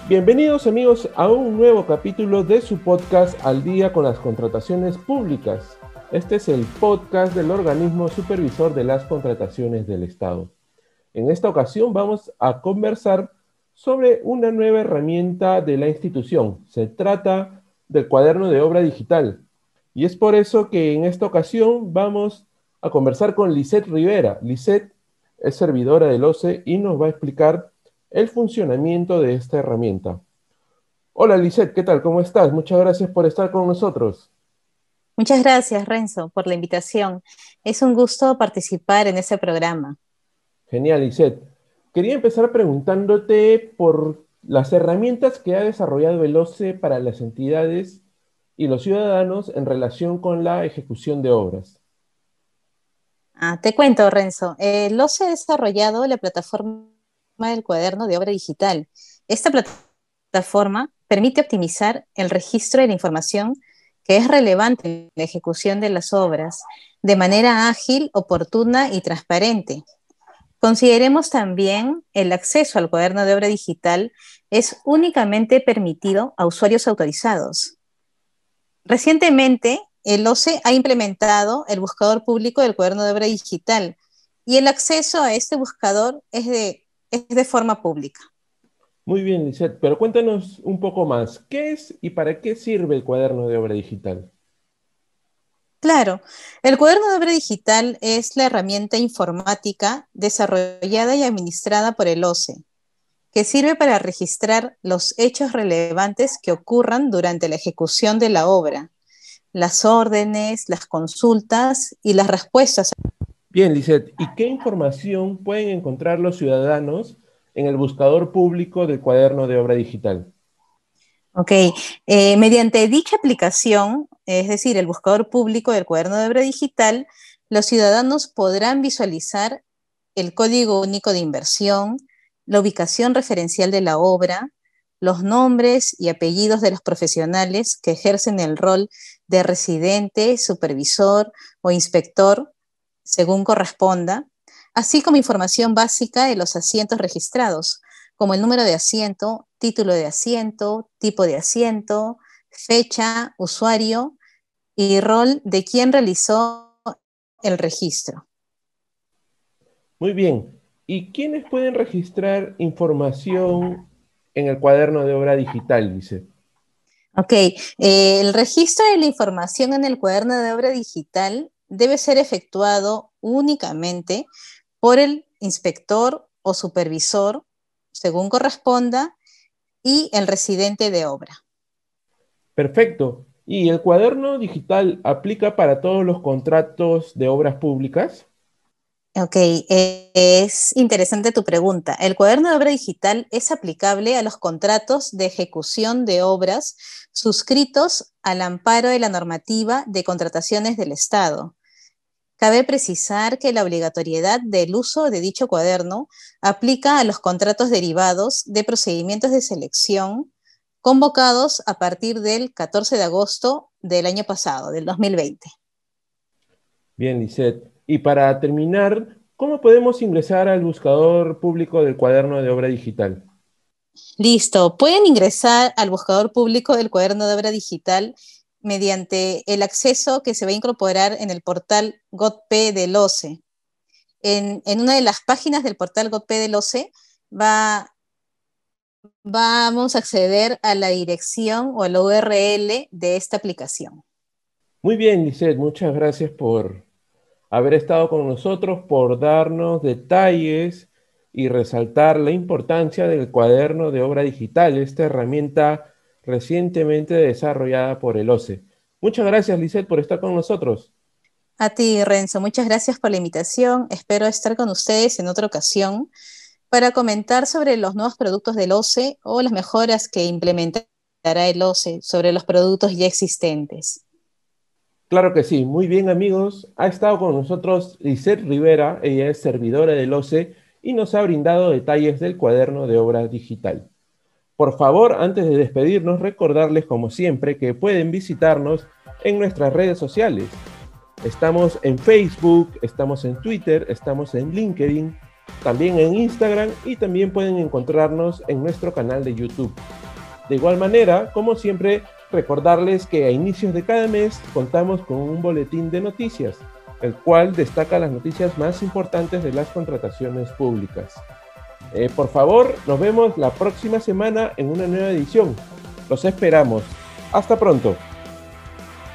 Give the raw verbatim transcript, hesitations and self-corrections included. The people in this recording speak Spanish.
Bienvenidos amigos a un nuevo capítulo de su podcast Al Día con las Contrataciones Públicas. Este es el podcast del organismo supervisor de las contrataciones del Estado. En esta ocasión vamos a conversar sobre una nueva herramienta de la institución. Se trata del cuaderno de obra digital. Y es por eso que en esta ocasión vamos a conversar con Lisette Rivera. Lisette es servidora del O C E y nos va a explicar el funcionamiento de esta herramienta. Hola Lisette, ¿qué tal? ¿Cómo estás? Muchas gracias por estar con nosotros. Muchas gracias, Renzo, por la invitación. Es un gusto participar en este programa. Genial, Lisette. Quería empezar preguntándote por las herramientas que ha desarrollado el O C E para las entidades y los ciudadanos en relación con la ejecución de obras. Ah, te cuento, Renzo. El O C E ha desarrollado la plataforma del cuaderno de obra digital. Esta plataforma permite optimizar el registro de la información que es relevante en la ejecución de las obras de manera ágil, oportuna y transparente. Consideremos también el acceso al cuaderno de obra digital es únicamente permitido a usuarios autorizados. Recientemente, el O C E ha implementado el buscador público del cuaderno de obra digital y el acceso a este buscador es de, es de forma pública. Muy bien, Lisette, pero cuéntanos un poco más. ¿Qué es y para qué sirve el cuaderno de obra digital? Claro, el cuaderno de obra digital es la herramienta informática desarrollada y administrada por el O C E, que sirve para registrar los hechos relevantes que ocurran durante la ejecución de la obra, las órdenes, las consultas y las respuestas. Bien, Lisette, ¿y qué información pueden encontrar los ciudadanos en el buscador público del cuaderno de obra digital? Ok, eh, mediante dicha aplicación, es decir, el buscador público del cuaderno de obra digital, los ciudadanos podrán visualizar el código único de inversión, la ubicación referencial de la obra, los nombres y apellidos de los profesionales que ejercen el rol de residente, supervisor o inspector, según corresponda, así como información básica de los asientos registrados, como el número de asiento, título de asiento, tipo de asiento, fecha, usuario y rol de quien realizó el registro. Muy bien. ¿Y quiénes pueden registrar información en el cuaderno de obra digital, dice? Ok, eh, el registro de la información en el cuaderno de obra digital debe ser efectuado únicamente por el inspector o supervisor, según corresponda, y el residente de obra. Perfecto. ¿Y el cuaderno digital aplica para todos los contratos de obras públicas? Ok, eh, es interesante tu pregunta. El cuaderno de obra digital es aplicable a los contratos de ejecución de obras suscritos al amparo de la normativa de contrataciones del Estado. Cabe precisar que la obligatoriedad del uso de dicho cuaderno aplica a los contratos derivados de procedimientos de selección convocados a partir del catorce de agosto del año pasado, del dos mil veinte. Bien, Lisette. Y para terminar, ¿cómo podemos ingresar al buscador público del cuaderno de obra digital? Listo, pueden ingresar al buscador público del cuaderno de obra digital mediante el acceso que se va a incorporar en el portal GovP del O C E. En, en una de las páginas del portal GovP del O C E va, vamos a acceder a la dirección o a la U R L de esta aplicación. Muy bien, Lisette, muchas gracias por haber estado con nosotros, por darnos detalles y resaltar la importancia del cuaderno de obra digital, esta herramienta recientemente desarrollada por el O C E. Muchas gracias, Lisette, por estar con nosotros. A ti, Renzo, muchas gracias por la invitación. Espero estar con ustedes en otra ocasión para comentar sobre los nuevos productos del O C E o las mejoras que implementará el O C E sobre los productos ya existentes. Claro que sí, muy bien amigos, ha estado con nosotros Lisette Rivera, ella es servidora del O C E y nos ha brindado detalles del cuaderno de obra digital. Por favor, antes de despedirnos, recordarles como siempre que pueden visitarnos en nuestras redes sociales. Estamos en Facebook, estamos en Twitter, estamos en LinkedIn también en Instagram y también pueden encontrarnos en nuestro canal de YouTube. De igual manera, como siempre, recordarles que a inicios de cada mes contamos con un boletín de noticias, el cual destaca las noticias más importantes de las contrataciones públicas. Eh, por favor, nos vemos la próxima semana en una nueva edición. Los esperamos. Hasta pronto.